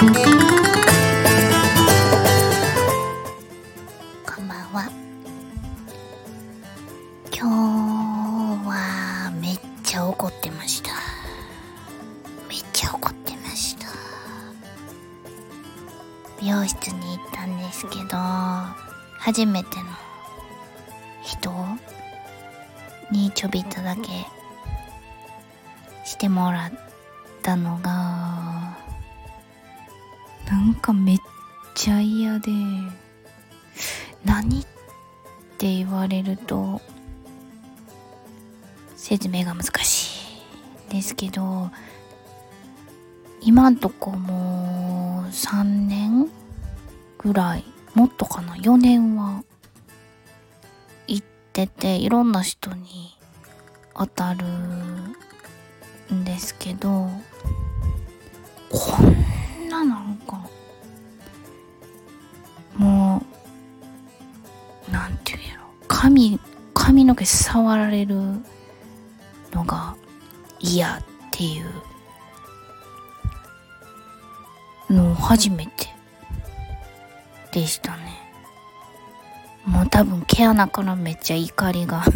こんばんは。今日はめっちゃ怒ってました。美容室に行ったんですけど、初めての人にちょびっとだけしてもらったのがなんかめっちゃ嫌で、何って言われると説明が難しいですけど、今んとこもう3年ぐらい、もっとかな、4年は行ってて、いろんな人に当たるんですけど、こんななんかもうなんていうんやろ、髪の毛触られるのが嫌っていうのを初めてでしたね。もう多分毛穴からめっちゃ怒りが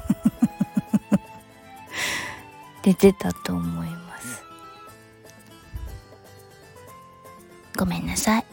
出てたと思います。ごめんなさい。